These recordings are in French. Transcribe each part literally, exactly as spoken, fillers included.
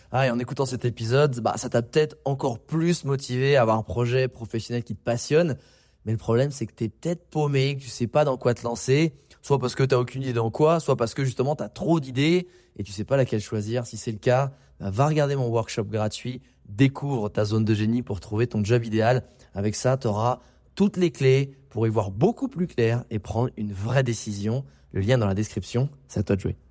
Ah, et en écoutant cet épisode, bah, ça t'a peut-être encore plus motivé à avoir un projet professionnel qui te passionne. Mais le problème, c'est que t'es peut-être paumé, que tu sais pas dans quoi te lancer. Soit parce que t'as aucune idée dans quoi, soit parce que justement t'as trop d'idées et tu sais pas laquelle choisir. Si c'est le cas, bah, va regarder mon workshop gratuit. Découvre ta zone de génie pour trouver ton job idéal. Avec ça, t'auras toutes les clés pour y voir beaucoup plus clair et prendre une vraie décision. Le lien dans la description, c'est à toi de jouer.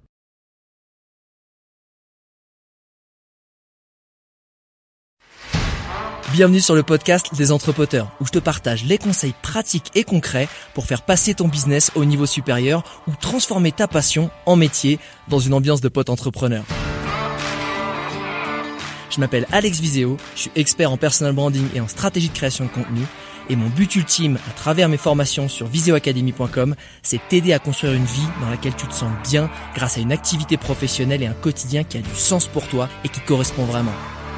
Bienvenue sur le podcast des Entrepoteurs, où je te partage les conseils pratiques et concrets pour faire passer ton business au niveau supérieur ou transformer ta passion en métier dans une ambiance de pote entrepreneur. Je m'appelle Alex Viseo, je suis expert en personal branding et en stratégie de création de contenu. Et mon but ultime à travers mes formations sur viseo academy point com, c'est t'aider à construire une vie dans laquelle tu te sens bien grâce à une activité professionnelle et un quotidien qui a du sens pour toi et qui correspond vraiment.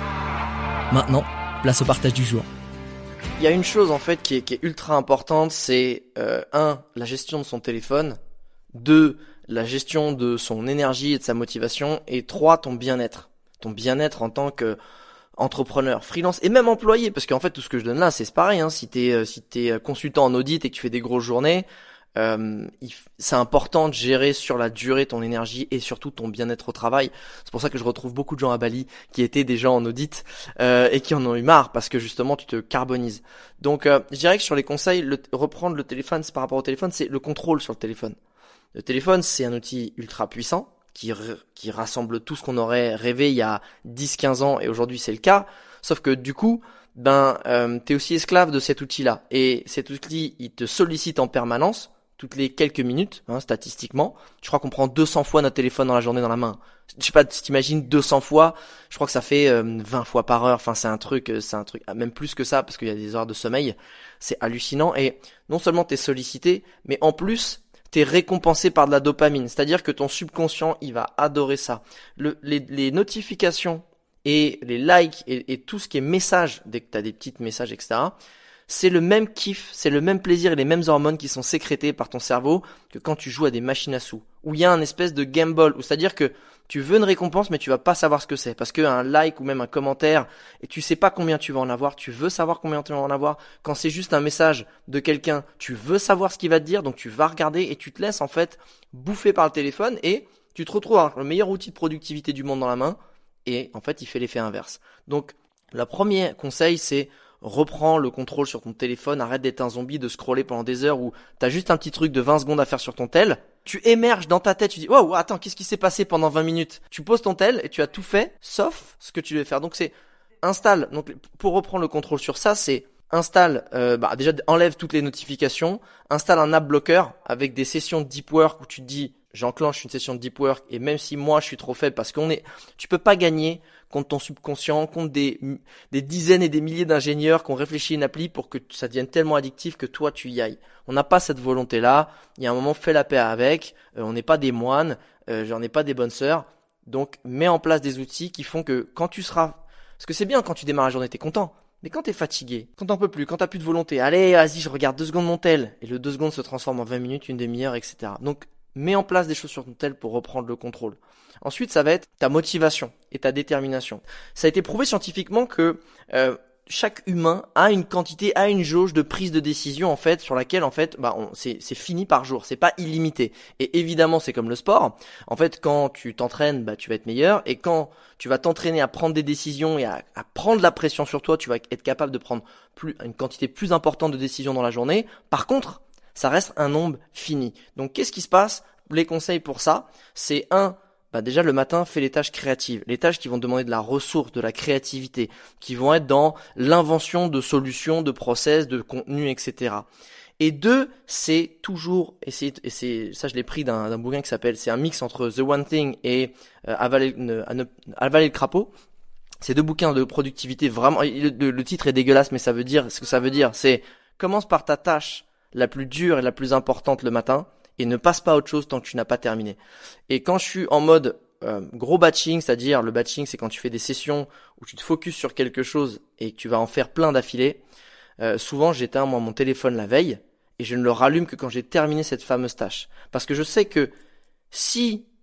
Maintenant, place au partage du jour. Il y a une chose en fait qui est, qui est ultra importante, c'est euh, un, la gestion de son téléphone, deux, la gestion de son énergie et de sa motivation, et trois, ton bien-être. Ton bien-être en tant que entrepreneur, freelance et même employé, parce qu'en fait tout ce que je donne là, c'est pareil. Hein, si t'es euh, si t'es consultant en audit et que tu fais des grosses journées, euh, il, c'est important de gérer sur la durée ton énergie et surtout ton bien-être au travail. C'est pour ça que je retrouve beaucoup de gens à Bali qui étaient des gens en audit euh, et qui en ont eu marre parce que justement tu te carbonises. Donc euh, je dirais que sur les conseils, le, reprendre le téléphone, c'est par rapport au téléphone, c'est le contrôle sur le téléphone. Le téléphone, c'est un outil ultra puissant qui qui rassemble tout ce qu'on aurait rêvé il y a dix quinze ans et aujourd'hui c'est le cas, sauf que du coup ben euh, t'es aussi esclave de cet outil-là et cet outil il te sollicite en permanence toutes les quelques minutes, hein, statistiquement. Je crois qu'on prend deux cents fois notre téléphone dans la journée dans la main. Je sais pas si t'imagines deux cents fois, je crois que ça fait euh, vingt fois par heure. Enfin c'est un truc, c'est un truc même plus que ça parce qu'il y a des heures de sommeil. C'est hallucinant et non seulement t'es sollicité, mais en plus t'es récompensé par de la dopamine, c'est-à-dire que ton subconscient, il va adorer ça. Le, les, les notifications et les likes et, et tout ce qui est message, dès que t'as des petits messages, et cetera, c'est le même kiff, c'est le même plaisir et les mêmes hormones qui sont sécrétées par ton cerveau que quand tu joues à des machines à sous, où il y a un espèce de gamble, où c'est-à-dire que tu veux une récompense mais tu vas pas savoir ce que c'est, parce qu'un like ou même un commentaire, et tu sais pas combien tu vas en avoir, tu veux savoir combien tu vas en avoir, quand c'est juste un message de quelqu'un, tu veux savoir ce qu'il va te dire, donc tu vas regarder et tu te laisses en fait bouffer par le téléphone et tu te retrouves avec le meilleur outil de productivité du monde dans la main, et en fait il fait l'effet inverse. Donc le premier conseil c'est reprends le contrôle sur ton téléphone, arrête d'être un zombie, de scroller pendant des heures où t'as juste un petit truc de vingt secondes à faire sur ton tel. Tu émerges dans ta tête, tu dis wow, attends, qu'est-ce qui s'est passé pendant vingt minutes? Tu poses ton tel et tu as tout fait sauf ce que tu devais faire. Donc c'est installe. Donc pour reprendre le contrôle sur ça, c'est installe euh, bah déjà enlève toutes les notifications, installe un app blocker avec des sessions de deep work où tu te dis j'enclenche une session de deep work et même si moi je suis trop faible parce qu'on est tu peux pas gagner contre ton subconscient, contre des des dizaines et des milliers d'ingénieurs qui ont réfléchi une appli pour que ça devienne tellement addictif que toi tu y ailles. On n'a pas cette volonté-là. Il y a un moment, fais la paix avec. Euh, on n'est pas des moines. Euh, j'en ai pas des bonnes sœurs. Donc, mets en place des outils qui font que quand tu seras, parce que c'est bien quand tu démarres la journée, t'es content. Mais quand t'es fatigué, quand t'en peux plus, quand t'as plus de volonté, allez, vas-y, je regarde deux secondes mon tel. Et le deux secondes se transforme en vingt minutes, une demi-heure, et cetera. Donc, mets en place des choses sur ton tel pour reprendre le contrôle. Ensuite, ça va être ta motivation et ta détermination. Ça a été prouvé scientifiquement que euh, chaque humain a une quantité, a une jauge de prise de décision en fait sur laquelle en fait, bah, on, c'est, c'est fini par jour, c'est pas illimité. Et évidemment, c'est comme le sport. En fait, quand tu t'entraînes, bah, tu vas être meilleur. Et quand tu vas t'entraîner à prendre des décisions et à, à prendre la pression sur toi, tu vas être capable de prendre plus une quantité plus importante de décisions dans la journée. Par contre, ça reste un nombre fini. Donc, qu'est-ce qui se passe? Les conseils pour ça, c'est un, bah déjà le matin, fais les tâches créatives, les tâches qui vont demander de la ressource, de la créativité, qui vont être dans l'invention de solutions, de process, de contenu, et cetera. Et deux, c'est toujours essayer, et c'est ça je l'ai pris d'un, d'un bouquin qui s'appelle, c'est un mix entre The One Thing et euh, Avaler, ne, ne, Avaler le crapaud. C'est deux bouquins de productivité vraiment. Le, le, le titre est dégueulasse, mais ça veut dire ce que ça veut dire, c'est commence par ta tâche la plus dure et la plus importante le matin. Et ne passe pas à autre chose tant que tu n'as pas terminé. Et quand je suis en mode euh, gros batching, c'est-à-dire le batching, c'est quand tu fais des sessions où tu te focuses sur quelque chose et que tu vas en faire plein d'affilée, euh, souvent j'éteins moi mon téléphone la veille et je ne le rallume que quand j'ai terminé cette fameuse tâche. Parce que je sais que si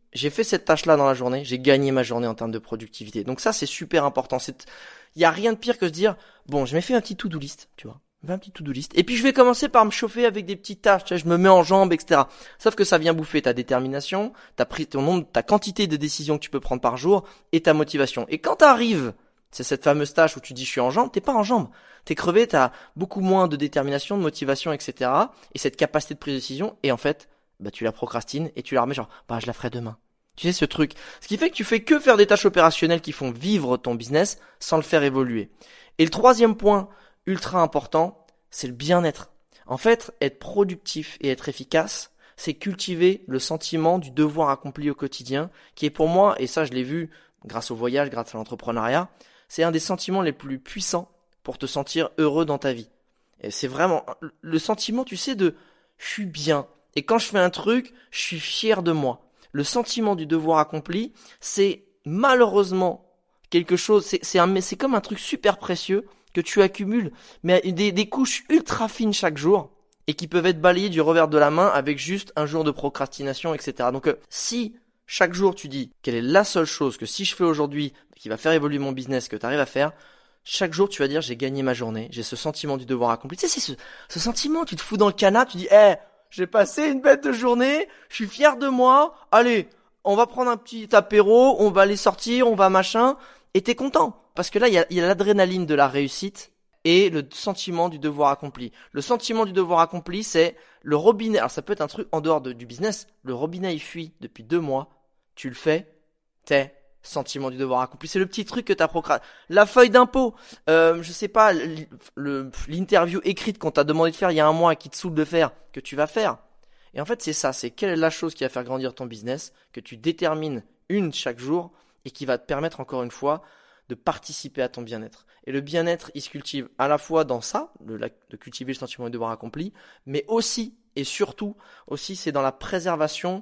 j'ai fait cette tâche-là dans la journée, j'ai gagné ma journée en termes de productivité. Donc ça, c'est super important. C'est, il y a rien de pire que de se dire, bon, je m'ai fait un petit to-do list, tu vois. Un petit to-do list. Et puis je vais commencer par me chauffer avec des petites tâches, tu vois, je me mets en jambes, et cetera. Sauf que ça vient bouffer ta détermination, ta prise, ton nombre, ta quantité de décisions que tu peux prendre par jour et ta motivation. Et quand t'arrives, c'est cette fameuse tâche où tu dis je suis en jambes, t'es pas en jambes. T'es crevé, t'as beaucoup moins de détermination, de motivation, et cetera. Et cette capacité de prise de décision. Et en fait, bah tu la procrastines et tu la remets genre, bah je la ferai demain. Tu sais ce truc. Ce qui fait que tu fais que faire des tâches opérationnelles qui font vivre ton business sans le faire évoluer. Et le troisième point ultra important, c'est le bien-être. En fait, être productif et être efficace, c'est cultiver le sentiment du devoir accompli au quotidien, qui est pour moi, et ça je l'ai vu grâce au voyage, grâce à l'entrepreneuriat, c'est un des sentiments les plus puissants pour te sentir heureux dans ta vie. Et c'est vraiment le sentiment, tu sais, de je suis bien. Et quand je fais un truc, je suis fier de moi. Le sentiment du devoir accompli, c'est malheureusement quelque chose, c'est, c'est, un, c'est comme un truc super précieux que tu accumules, mais des, des couches ultra fines chaque jour et qui peuvent être balayées du revers de la main avec juste un jour de procrastination, et cetera. Donc, euh, si chaque jour tu dis quelle est la seule chose que si je fais aujourd'hui qui va faire évoluer mon business que tu arrives à faire, chaque jour tu vas dire j'ai gagné ma journée, j'ai ce sentiment du devoir accompli. Tu sais, c'est ce, ce sentiment, tu te fous dans le canapé, tu dis, eh, hey, j'ai passé une bête de journée, je suis fier de moi, allez, on va prendre un petit apéro, on va aller sortir, on va machin, et t'es content. Parce que là, il y a, il y a l'adrénaline de la réussite et le sentiment du devoir accompli. Le sentiment du devoir accompli, c'est le robinet. Alors ça peut être un truc en dehors de, du business. Le robinet, il fuit depuis deux mois. Tu le fais, t'es sentiment du devoir accompli. C'est le petit truc que t'as procrastiné. La feuille d'impôt, euh, je sais pas, le, le, l'interview écrite qu'on t'a demandé de faire il y a un mois et qui te saoule de faire, que tu vas faire. Et en fait, c'est ça. C'est quelle est la chose qui va faire grandir ton business, que tu détermines une chaque jour et qui va te permettre encore une fois de participer à ton bien-être. Et le bien-être, il se cultive à la fois dans ça, le, la, de cultiver le sentiment du devoir accompli, mais aussi et surtout, aussi c'est dans la préservation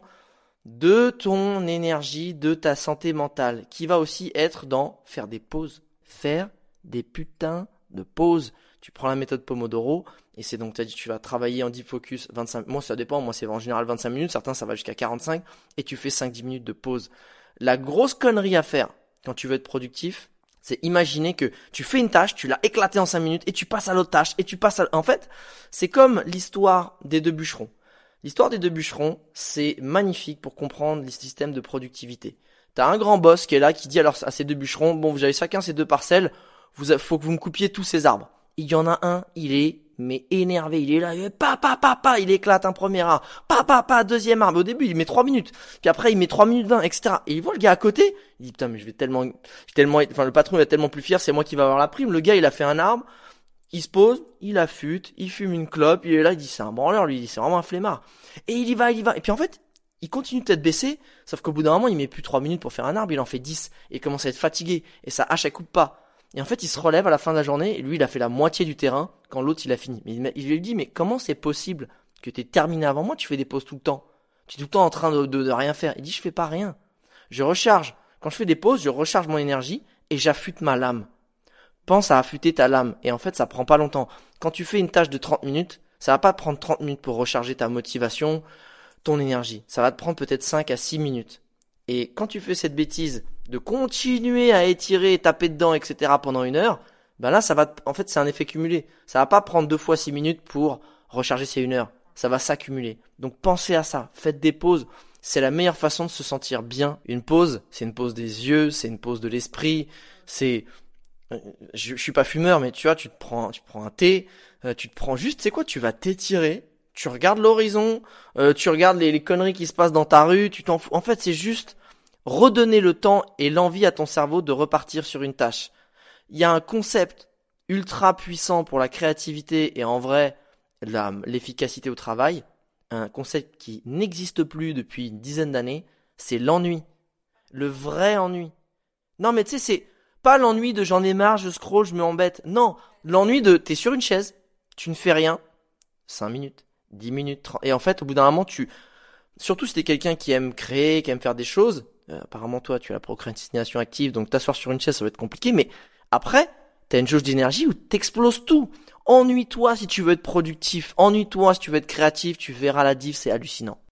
de ton énergie, de ta santé mentale, qui va aussi être dans faire des pauses, faire des putains de pauses. Tu prends la méthode Pomodoro, et c'est donc, tu as dit, tu vas travailler en deep focus vingt-cinq, moi ça dépend, moi c'est en général vingt-cinq minutes, certains ça va jusqu'à quarante-cinq, et tu fais cinq à dix minutes de pause. La grosse connerie à faire quand tu veux être productif, c'est imaginer que tu fais une tâche, tu l'as éclatée en cinq minutes et tu passes à l'autre tâche et tu passes à... En fait, c'est comme l'histoire des deux bûcherons. L'histoire des deux bûcherons, c'est magnifique pour comprendre les systèmes de productivité. T'as un grand boss qui est là, qui dit alors à ces deux bûcherons, bon, vous avez chacun ces deux parcelles, vous faut que vous me coupiez tous ces arbres. Il y en a un, il est mais énervé, il est là, il est pa pa pa pa, il éclate un premier arbre, pa pa pa, deuxième arbre. Au début, il met trois minutes, puis après il met trois minutes vingt, et cetera. Et il voit le gars à côté, il dit putain mais je vais tellement, je vais tellement, enfin le patron il va tellement plus fier, c'est moi qui va avoir la prime. Le gars il a fait un arbre, il se pose, il affûte, il fume une clope, il est là, il dit c'est un branleur, lui, il dit c'est vraiment un flemmard. Et il y va, il y va. Et puis en fait, il continue tête baissée, sauf qu'au bout d'un moment, il met plus trois minutes pour faire un arbre, il en fait dix, et il commence à être fatigué, et sa hache elle coupe pas. Et en fait, il se relève à la fin de la journée, et lui, il a fait la moitié du terrain, quand l'autre, il a fini. Mais il lui dit, mais comment c'est possible que t'aies terminé avant moi, tu fais des pauses tout le temps? Tu es tout le temps en train de, de, de rien faire. Il dit, je fais pas rien. Je recharge. Quand je fais des pauses, je recharge mon énergie, et j'affûte ma lame. Pense à affûter ta lame. Et en fait, ça prend pas longtemps. Quand tu fais une tâche de trente minutes, ça va pas te prendre trente minutes pour recharger ta motivation, ton énergie. Ça va te prendre peut-être cinq à six minutes. Et quand tu fais cette bêtise de continuer à étirer, taper dedans, et cetera pendant une heure, ben là, ça va, en fait, c'est un effet cumulé. Ça va pas prendre deux fois six minutes pour recharger ces une heure. Ça va s'accumuler. Donc, pensez à ça. Faites des pauses. C'est la meilleure façon de se sentir bien. Une pause, c'est une pause des yeux, c'est une pause de l'esprit. C'est, je, je suis pas fumeur, mais tu vois, tu te prends, tu prends un thé, euh, tu te prends juste, c'est quoi, tu vas t'étirer. Tu regardes l'horizon, euh, tu regardes les, les conneries qui se passent dans ta rue, tu t'en fous. En fait, c'est juste redonner le temps et l'envie à ton cerveau de repartir sur une tâche. Il y a un concept ultra puissant pour la créativité et en vrai la, l'efficacité au travail, un concept qui n'existe plus depuis une dizaine d'années, c'est l'ennui. Le vrai ennui. Non mais tu sais, c'est pas l'ennui de j'en ai marre, je scroll, je m'embête. Non, l'ennui de t'es sur une chaise, tu ne fais rien, cinq minutes. dix minutes, trente. Et en fait, au bout d'un moment, tu, surtout si t'es quelqu'un qui aime créer, qui aime faire des choses, euh, apparemment toi, tu as la procrastination active, donc t'asseoir sur une chaise, ça va être compliqué, mais après, t'as une jauge d'énergie où t'exploses tout. Ennuie-toi si tu veux être productif, ennuie-toi si tu veux être créatif, tu verras la diff, c'est hallucinant.